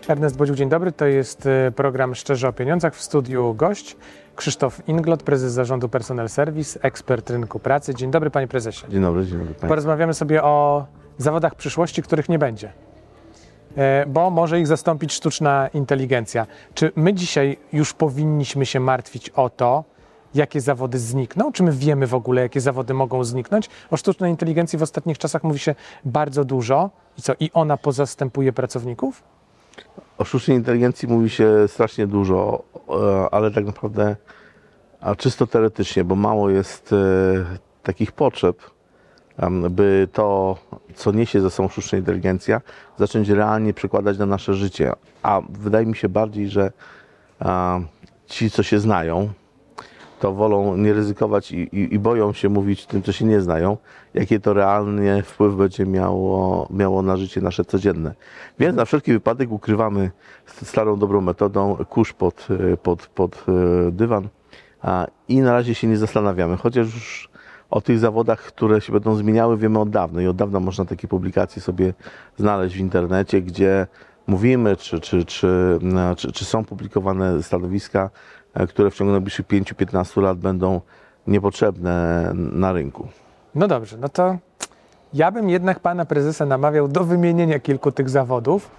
Ernest Bodziuk, dzień dobry. To jest program Szczerze o Pieniądzach. W studiu gość Krzysztof Inglot, prezes zarządu Personal Service, ekspert rynku pracy. Dzień dobry, panie prezesie. Dzień dobry państwu. Porozmawiamy sobie o zawodach przyszłości, których nie będzie, bo może ich zastąpić sztuczna inteligencja. Czy my dzisiaj już powinniśmy się martwić o to, jakie zawody znikną? Czy my wiemy w ogóle, jakie zawody mogą zniknąć? O sztucznej inteligencji w ostatnich czasach mówi się bardzo dużo. I co? I ona pozastępuje pracowników? O sztucznej inteligencji mówi się strasznie dużo, ale tak naprawdę czysto teoretycznie, bo mało jest takich potrzeb, by to, co niesie ze sobą sztuczna inteligencja, zacząć realnie przekładać na nasze życie. A wydaje mi się bardziej, że ci, co się znają, to wolą nie ryzykować i boją się mówić tym, co się nie znają, jakie to realnie wpływ będzie miało na życie nasze codzienne. Więc na wszelki wypadek ukrywamy starą, dobrą metodą kurz pod dywan i na razie się nie zastanawiamy, chociaż już o tych zawodach, które się będą zmieniały, wiemy od dawna i od dawna można takie publikacje sobie znaleźć w internecie, gdzie mówimy, czy są publikowane stanowiska, które w ciągu najbliższych 5-15 lat będą niepotrzebne na rynku. No dobrze, no to ja bym jednak pana prezesa namawiał do wymienienia kilku tych zawodów,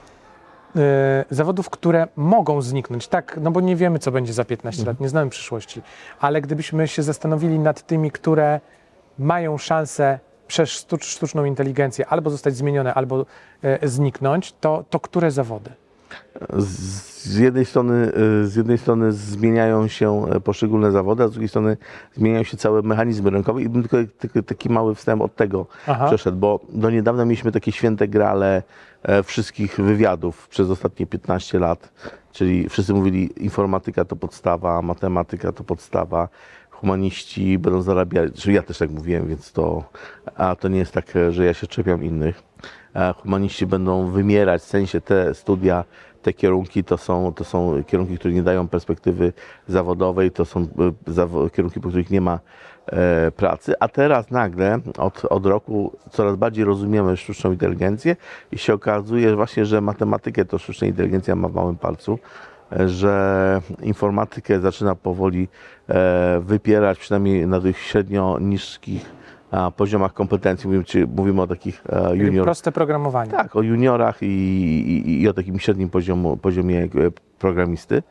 które mogą zniknąć, tak, no bo nie wiemy, co będzie za 15 lat, nie znamy przyszłości, ale gdybyśmy się zastanowili nad tymi, które mają szansę przez sztuczną inteligencję albo zostać zmienione, albo zniknąć, to które zawody? Z jednej strony zmieniają się poszczególne zawody, a z drugiej strony zmieniają się całe mechanizmy rynkowe i bym tylko taki mały wstęp od tego przeszedł, bo do niedawna mieliśmy takie święte grale wszystkich wywiadów przez ostatnie 15 lat, czyli wszyscy mówili, informatyka to podstawa, matematyka to podstawa, humaniści będą zarabiać, czyli ja też tak mówiłem, więc to nie jest tak, że ja się czepiam innych. Humaniści będą wymierać, w sensie te studia, te kierunki to są kierunki, które nie dają perspektywy zawodowej, to są kierunki, po których nie ma pracy, a teraz nagle od roku coraz bardziej rozumiemy sztuczną inteligencję i się okazuje właśnie, że matematykę to sztuczna inteligencja ma w małym palcu, że informatykę zaczyna powoli wypierać, przynajmniej na tych średnio niskich poziomach kompetencji. Mówimy o takich juniorach. Proste programowanie. Tak, o juniorach i o takim średnim poziomie programisty.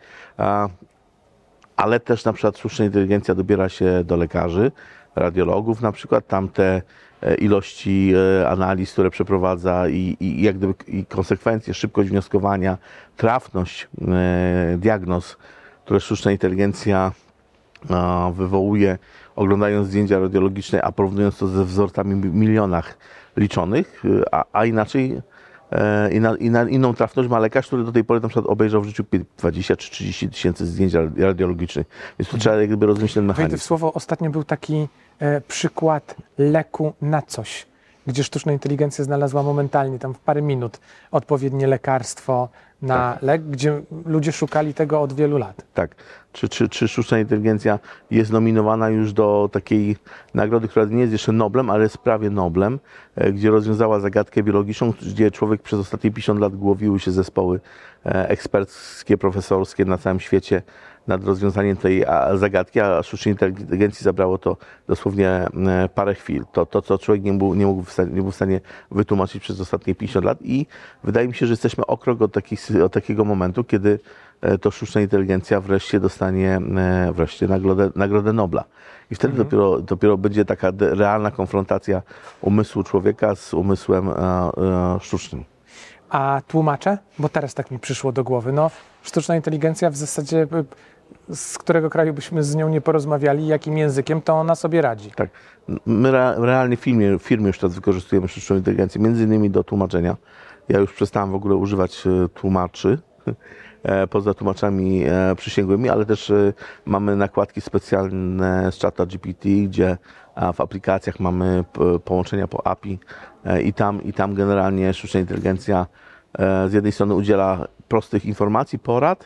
Ale też na przykład sztuczna inteligencja dobiera się do lekarzy, radiologów na przykład. Tam te ilości analiz, które przeprowadza i jak gdyby i konsekwencje, szybkość wnioskowania, trafność diagnoz, które sztuczna inteligencja wywołuje, oglądając zdjęcia radiologiczne, a porównując to ze wzorcami w milionach liczonych, a inaczej inną trafność ma lekarz, który do tej pory na przykład obejrzał w życiu 20 czy 30 tysięcy zdjęć radiologicznych. Więc tu trzeba jak gdyby rozumieć ten mechanizm. Wejdę w słowo, ostatnio był taki przykład leku na coś, gdzie sztuczna inteligencja znalazła momentalnie, tam w parę minut, odpowiednie lekarstwo na lek, gdzie ludzie szukali tego od wielu lat. Tak. Czy sztuczna inteligencja jest nominowana już do takiej nagrody, która nie jest jeszcze Noblem, ale jest prawie Noblem, gdzie rozwiązała zagadkę biologiczną, gdzie człowiek przez ostatnie 50 lat głowiły się zespoły eksperckie, profesorskie na całym świecie nad rozwiązaniem tej zagadki, a sztucznej inteligencji zabrało to dosłownie parę chwil. To co człowiek nie był w stanie wytłumaczyć przez ostatnie 50 lat i wydaje mi się, że jesteśmy o krok od takiego momentu, kiedy to sztuczna inteligencja wreszcie dostanie Nagrodę Nobla. I wtedy dopiero będzie taka realna konfrontacja umysłu człowieka z umysłem sztucznym. A tłumacze? Bo teraz tak mi przyszło do głowy. No, sztuczna inteligencja w zasadzie, z którego kraju byśmy z nią nie porozmawiali, jakim językiem, to ona sobie radzi. Tak. My realnie w firmie już teraz wykorzystujemy sztuczną inteligencję, między innymi do tłumaczenia. Ja już przestałem w ogóle używać tłumaczy, poza tłumaczami przysięgłymi, ale też mamy nakładki specjalne z czata GPT, gdzie w aplikacjach mamy połączenia po API i tam generalnie sztuczna inteligencja z jednej strony udziela prostych informacji, porad,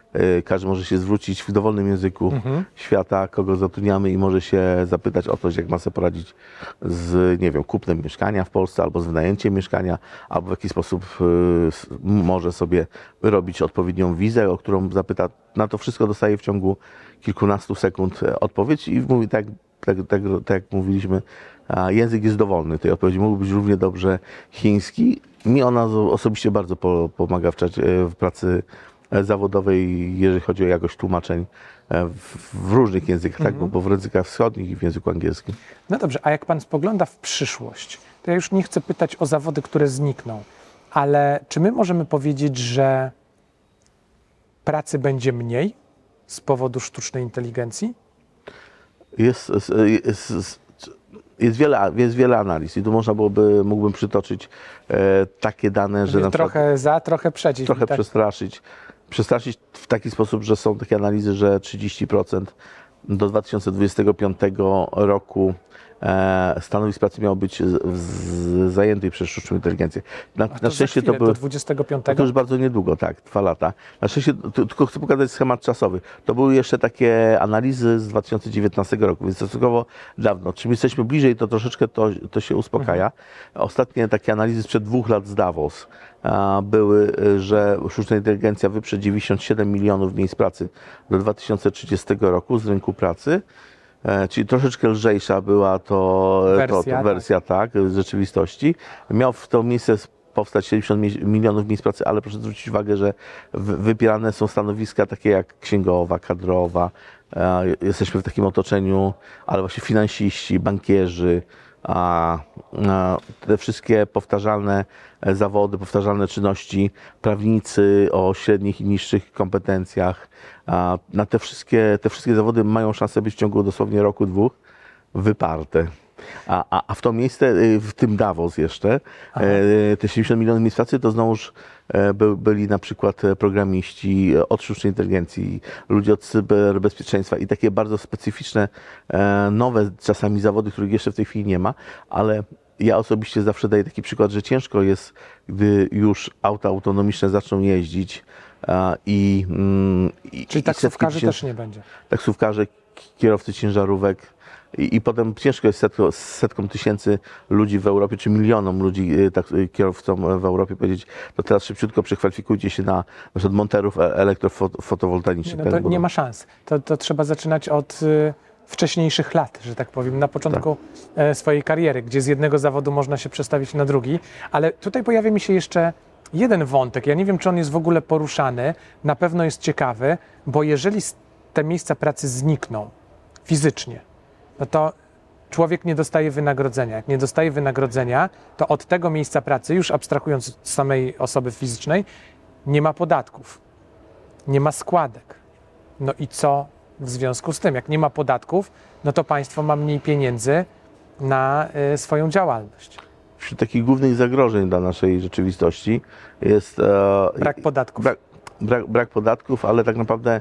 każdy może się zwrócić w dowolnym języku świata, kogo zatrudniamy i może się zapytać o to, jak ma sobie poradzić z, nie wiem, kupnem mieszkania w Polsce albo z wynajęciem mieszkania, albo w jaki sposób może sobie wyrobić odpowiednią wizę, o którą zapyta. Na to wszystko dostaje w ciągu kilkunastu sekund odpowiedź i mówi tak jak mówiliśmy, język jest dowolny. Tej odpowiedzi mógł być równie dobrze chiński. Mi ona osobiście bardzo pomaga w pracy zawodowej, jeżeli chodzi o jakość tłumaczeń w różnych językach, tak? Bo w językach wschodnich i w języku angielskim. No dobrze, a jak pan spogląda w przyszłość, to ja już nie chcę pytać o zawody, które znikną, ale czy my możemy powiedzieć, że pracy będzie mniej z powodu sztucznej inteligencji? Jest wiele analiz i tu mógłbym przytoczyć takie dane, że na trochę przykład, za, trochę przeciw. trochę tak? przestraszyć w taki sposób, że są takie analizy, że 30% do 2025 roku stanowisk pracy miało być zajętych przez sztuczną inteligencję. Na szczęście to do 25. To już bardzo niedługo, tak, 2 lata. Na szczęście, tylko chcę pokazać schemat czasowy. To były jeszcze takie analizy z 2019 roku, więc stosunkowo dawno. Czym jesteśmy bliżej, to troszeczkę to się uspokaja. Ostatnie takie analizy sprzed 2 lat z Davos były, że sztuczna inteligencja wyprze 97 milionów miejsc pracy do 2030 roku z rynku pracy. Czyli troszeczkę lżejsza była to wersja tak, z rzeczywistości. Miał w to miejsce powstać 70 milionów miejsc pracy, ale proszę zwrócić uwagę, że wypierane są stanowiska takie jak księgowa, kadrowa. Jesteśmy w takim otoczeniu, ale właśnie finansiści, bankierzy, te wszystkie powtarzalne zawody, powtarzalne czynności, prawnicy o średnich i niższych kompetencjach. Na te wszystkie zawody mają szansę być w ciągu dosłownie roku, 2 wyparte. A w to miejsce, w tym Davos jeszcze, te 70 milionów miejsc pracy to znowuż byli na przykład programiści od sztucznej inteligencji, ludzie od cyberbezpieczeństwa i takie bardzo specyficzne, nowe czasami zawody, których jeszcze w tej chwili nie ma, ale ja osobiście zawsze daję taki przykład, że ciężko jest, gdy już auta autonomiczne zaczną jeździć Czyli taksówkarzy też nie będzie. Taksówkarze, kierowcy ciężarówek. I potem ciężko jest setkom tysięcy ludzi w Europie, czy milionom ludzi, kierowcom w Europie powiedzieć, to teraz szybciutko przekwalifikujcie się na przykład monterów elektrofotowoltaicznych. No to nie ma szans. To trzeba zaczynać od wcześniejszych lat, że tak powiem, na początku swojej kariery, gdzie z jednego zawodu można się przestawić na drugi. Ale tutaj pojawia mi się jeszcze jeden wątek. Ja nie wiem, czy on jest w ogóle poruszany. Na pewno jest ciekawy, bo jeżeli te miejsca pracy znikną fizycznie, no to człowiek nie dostaje wynagrodzenia. Jak nie dostaje wynagrodzenia, to od tego miejsca pracy, już abstrahując od samej osoby fizycznej, nie ma podatków, nie ma składek. No i co w związku z tym? Jak nie ma podatków, no to państwo ma mniej pieniędzy na swoją działalność. Wśród takich głównych zagrożeń dla naszej rzeczywistości jest brak podatków. Brak podatków, ale tak naprawdę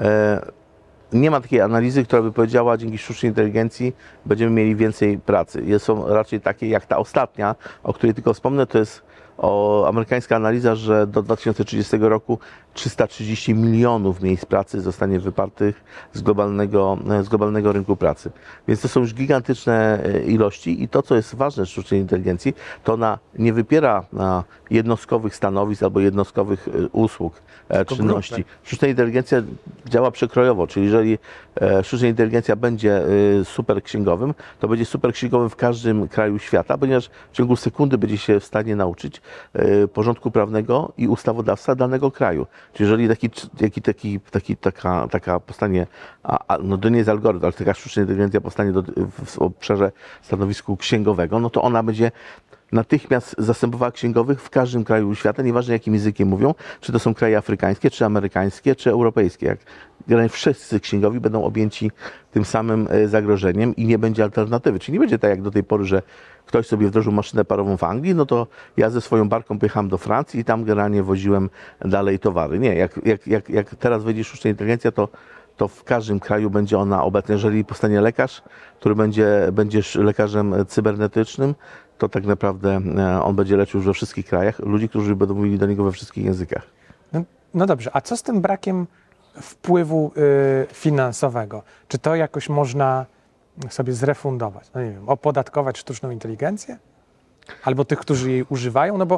nie ma takiej analizy, która by powiedziała, dzięki sztucznej inteligencji będziemy mieli więcej pracy. Są raczej takie jak ta ostatnia, o której tylko wspomnę, to jest amerykańska analiza, że do 2030 roku 330 milionów miejsc pracy zostanie wypartych z globalnego rynku pracy. Więc to są już gigantyczne ilości i to, co jest ważne w sztucznej inteligencji, to ona nie wypiera jednostkowych stanowisk albo jednostkowych usług, czynności. Sztuczna inteligencja działa przekrojowo, czyli jeżeli sztuczna inteligencja będzie super księgowym, to będzie super księgowym w każdym kraju świata, ponieważ w ciągu sekundy będzie się w stanie nauczyć porządku prawnego i ustawodawstwa danego kraju. Czyli jeżeli taka powstanie, no to nie jest algorytm, ale taka sztuczna inteligencja powstanie w obszarze stanowisku księgowego, no to ona będzie natychmiast zastępowała księgowych w każdym kraju świata, nieważne jakim językiem mówią, czy to są kraje afrykańskie, czy amerykańskie, czy europejskie. Jak wszyscy księgowi będą objęci tym samym zagrożeniem i nie będzie alternatywy. Czyli nie będzie tak jak do tej pory, że ktoś sobie wdrożył maszynę parową w Anglii, no to ja ze swoją barką pojechałem do Francji i tam generalnie woziłem dalej towary. Nie, jak teraz wejdzie sztuczna inteligencja, to w każdym kraju będzie ona obecna. Jeżeli powstanie lekarz, który będziesz lekarzem cybernetycznym, to tak naprawdę on będzie leczył już we wszystkich krajach ludzi, którzy będą mówili do niego we wszystkich językach. No dobrze, a co z tym brakiem wpływu finansowego. Czy to jakoś można sobie zrefundować? No nie wiem, opodatkować sztuczną inteligencję? Albo tych, którzy jej używają? No bo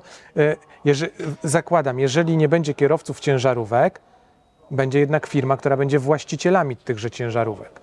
zakładam, jeżeli nie będzie kierowców ciężarówek, będzie jednak firma, która będzie właścicielami tychże ciężarówek.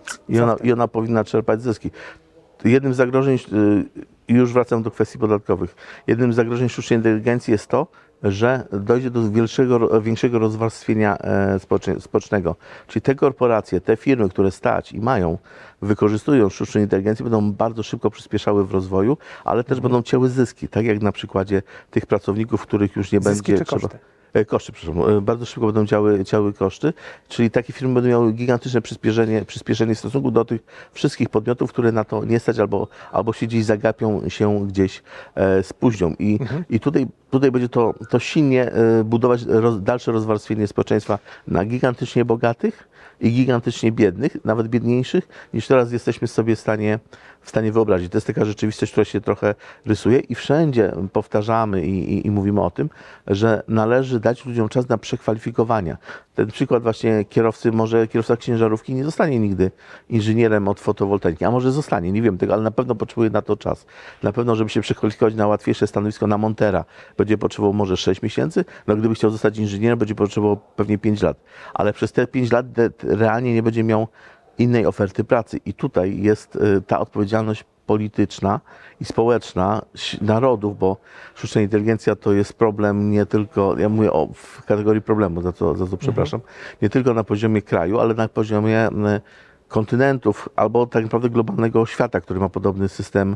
I ona powinna czerpać zyski. Jednym z zagrożeń, już wracam do kwestii podatkowych, jednym z zagrożeń sztucznej inteligencji jest to, że dojdzie do większego rozwarstwienia społecznego. Czyli te korporacje, te firmy, które stać i wykorzystują sztuczną inteligencję, będą bardzo szybko przyspieszały w rozwoju, ale też będą cięły zyski, tak jak na przykładzie tych pracowników, których już nie zyski będzie czy trzeba. Koszty? Koszty, przepraszam. Bardzo szybko będą ciały koszty, czyli takie firmy będą miały gigantyczne przyspieszenie w stosunku do tych wszystkich podmiotów, które na to nie stać albo się gdzieś zagapią, się gdzieś spóźnią. I tutaj będzie to silnie budować dalsze rozwarstwienie społeczeństwa na gigantycznie bogatych i gigantycznie biednych, nawet biedniejszych, niż teraz jesteśmy sobie w stanie wyobrazić. To jest taka rzeczywistość, która się trochę rysuje i wszędzie powtarzamy i mówimy o tym, że należy dać ludziom czas na przekwalifikowania. Ten przykład właśnie kierowca ciężarówki nie zostanie nigdy inżynierem od fotowoltaiki, a może zostanie, nie wiem tego, ale na pewno potrzebuje na to czas. Na pewno, żeby się przekwalifikować na łatwiejsze stanowisko na montera, będzie potrzebował może 6 miesięcy, no gdyby chciał zostać inżynierem, będzie potrzebował pewnie 5 lat. Ale przez te 5 lat realnie nie będzie miał innej oferty pracy. I tutaj jest ta odpowiedzialność polityczna i społeczna narodów, bo sztuczna inteligencja to jest problem nie tylko, ja mówię w kategorii problemu, za co przepraszam, nie tylko na poziomie kraju, ale na poziomie kontynentów albo tak naprawdę globalnego świata, który ma podobny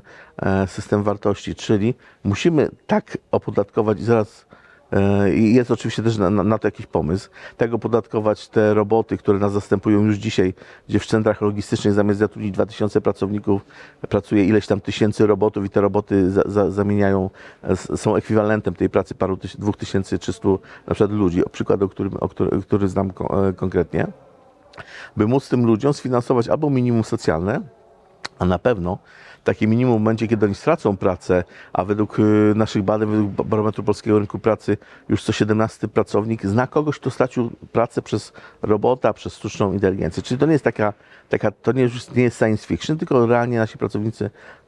system wartości. Czyli musimy tak opodatkować i zaraz i jest oczywiście też na to jakiś pomysł, tak opodatkować te roboty, które nas zastępują już dzisiaj, gdzie w centrach logistycznych zamiast zatrudnić 2000 pracowników pracuje ileś tam tysięcy robotów i te roboty zamieniają, są ekwiwalentem tej pracy 2300 na przykład ludzi, przykład, który znam konkretnie, by móc tym ludziom sfinansować albo minimum socjalne, a na pewno takie minimum w momencie, kiedy oni stracą pracę, a według naszych badań, według barometru polskiego rynku pracy już co 17 pracownik zna kogoś, kto stracił pracę przez robota, przez sztuczną inteligencję. Czyli to nie jest to nie jest science fiction, tylko realnie nasi pracownicy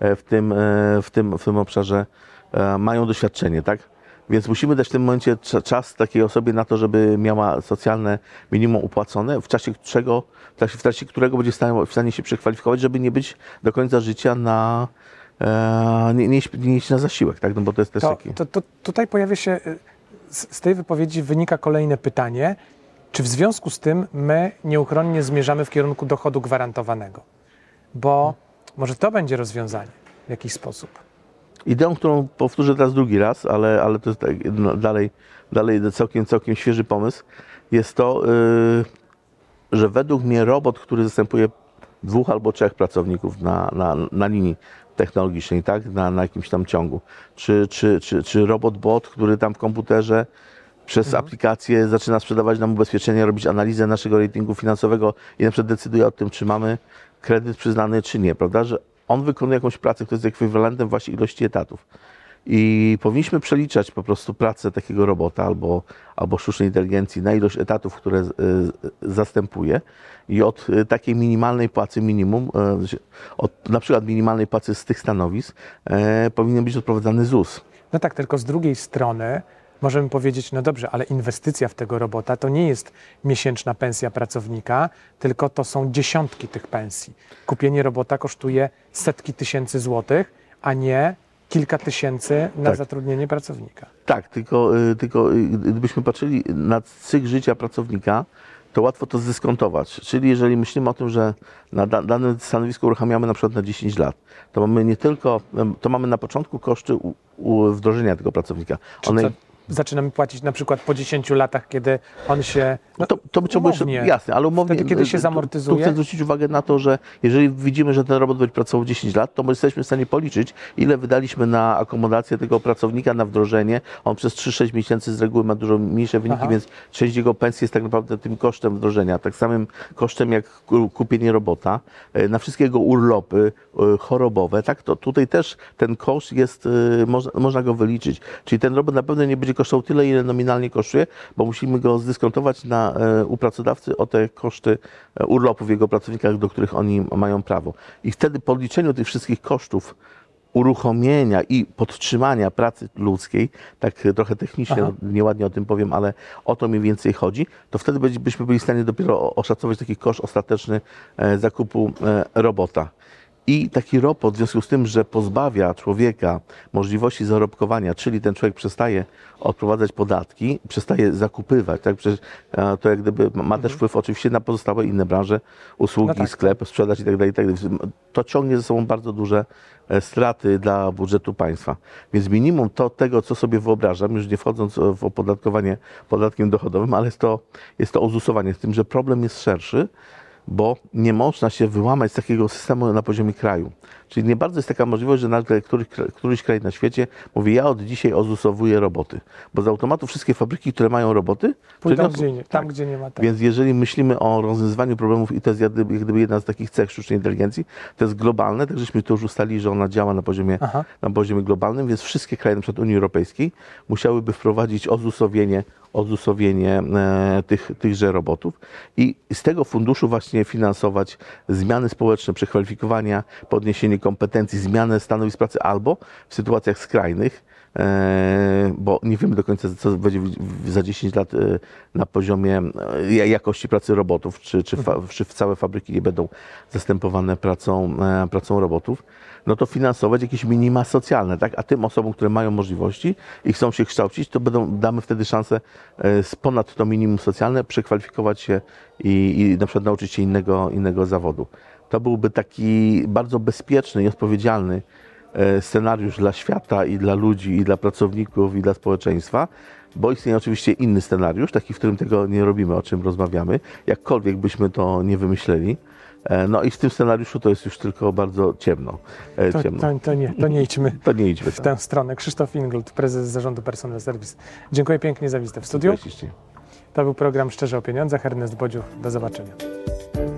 w tym obszarze mają doświadczenie, tak? Więc musimy dać w tym momencie czas takiej osobie na to, żeby miała socjalne minimum upłacone, w trakcie którego będzie w stanie się przekwalifikować, żeby nie być do końca życia nie iść na zasiłek, tak? No bo to jest też taki... Tutaj pojawia się, z tej wypowiedzi wynika kolejne pytanie, czy w związku z tym my nieuchronnie zmierzamy w kierunku dochodu gwarantowanego? Bo może to będzie rozwiązanie w jakiś sposób. Ideą, którą powtórzę teraz drugi raz, ale to jest dalej całkiem świeży pomysł, jest to, że według mnie robot, który zastępuje 2 albo 3 pracowników na linii technologicznej, tak? Na jakimś tam ciągu, czy robot-bot, który tam w komputerze przez aplikację zaczyna sprzedawać nam ubezpieczenia, robić analizę naszego ratingu finansowego i na przykład decyduje o tym, czy mamy kredyt przyznany, czy nie, prawda? Że on wykonuje jakąś pracę, która jest ekwiwalentem właśnie ilości etatów. I powinniśmy przeliczać po prostu pracę takiego robota albo sztucznej inteligencji na ilość etatów, które zastępuje i od takiej minimalnej płacy minimum, od na przykład minimalnej płacy z tych stanowisk powinien być odprowadzany ZUS. No tak, tylko z drugiej strony możemy powiedzieć, no dobrze, ale inwestycja w tego robota to nie jest miesięczna pensja pracownika, tylko to są dziesiątki tych pensji. Kupienie robota kosztuje setki tysięcy złotych, a nie kilka tysięcy na zatrudnienie pracownika. Tak, tylko gdybyśmy patrzyli na cykl życia pracownika, to łatwo to zdyskontować. Czyli jeżeli myślimy o tym, że na dane stanowisko uruchamiamy na przykład na 10 lat, to mamy na początku koszty wdrożenia tego pracownika. Zaczynamy płacić na przykład po 10 latach, kiedy on się... No, to by trzeba było jasne, ale umownie... Wtedy, kiedy się zamortyzuje... Tu chcę zwrócić uwagę na to, że jeżeli widzimy, że ten robot będzie pracował 10 lat, to my jesteśmy w stanie policzyć, ile wydaliśmy na akomodację tego pracownika, na wdrożenie. On przez 3-6 miesięcy z reguły ma dużo mniejsze wyniki, więc część jego pensji jest tak naprawdę tym kosztem wdrożenia. Tak samym kosztem jak kupienie robota, na wszystkie jego urlopy chorobowe, tak? To tutaj też ten koszt jest, można go wyliczyć. Czyli ten robot na pewno nie będzie będzie kosztował tyle, ile nominalnie kosztuje, bo musimy go zdyskontować u pracodawcy o te koszty urlopów jego pracownikach, do których oni mają prawo. I wtedy po odliczeniu tych wszystkich kosztów uruchomienia i podtrzymania pracy ludzkiej, tak trochę technicznie, nieładnie o tym powiem, ale o to mniej więcej chodzi, to wtedy byśmy byli w stanie dopiero oszacować taki koszt ostateczny zakupu robota. I taki robot w związku z tym, że pozbawia człowieka możliwości zarobkowania, czyli ten człowiek przestaje odprowadzać podatki, przestaje zakupywać, tak? Przecież to jak gdyby ma też wpływ oczywiście na pozostałe inne branże, usługi, sklep, sprzedaż i tak dalej. To ciągnie ze sobą bardzo duże straty dla budżetu państwa. Więc minimum tego, co sobie wyobrażam, już nie wchodząc w opodatkowanie podatkiem dochodowym, ale jest to ozusowanie, z tym, że problem jest szerszy, bo nie można się wyłamać z takiego systemu na poziomie kraju. Czyli nie bardzo jest taka możliwość, że nagle któryś kraj na świecie mówi, ja od dzisiaj ozusowuję roboty. Bo z automatu wszystkie fabryki, które mają roboty, pójdą tam, gdzie nie ma. Tak. Więc jeżeli myślimy o rozwiązywaniu problemów, i to jest jak gdyby jedna z takich cech sztucznej inteligencji, to jest globalne, tak żeśmy to już ustalili, że ona działa na poziomie globalnym, więc wszystkie kraje, na przykład Unii Europejskiej, musiałyby wprowadzić ozusowienie tychże robotów i z tego funduszu właśnie finansować zmiany społeczne, przekwalifikowania, podniesienie kompetencji, zmianę stanowisk pracy albo w sytuacjach skrajnych, bo nie wiemy do końca, co będzie za 10 lat na poziomie jakości pracy robotów, czy całe fabryki nie będą zastępowane pracą robotów, no to finansować jakieś minima socjalne, tak? A tym osobom, które mają możliwości i chcą się kształcić, to damy wtedy szansę ponad to minimum socjalne przekwalifikować się i na przykład nauczyć się innego zawodu. To byłby taki bardzo bezpieczny i odpowiedzialny scenariusz dla świata i dla ludzi, i dla pracowników, i dla społeczeństwa, bo istnieje oczywiście inny scenariusz, taki, w którym tego nie robimy, o czym rozmawiamy, jakkolwiek byśmy to nie wymyśleli. No i w tym scenariuszu to jest już tylko bardzo ciemno. To nie idźmy w tak. tę stronę. Krzysztof Ingold, prezes Zarządu Personal Service. Dziękuję pięknie za wizytę w studiu. To był program Szczerze o Pieniądzach. Ernest Bodziuch. Do zobaczenia.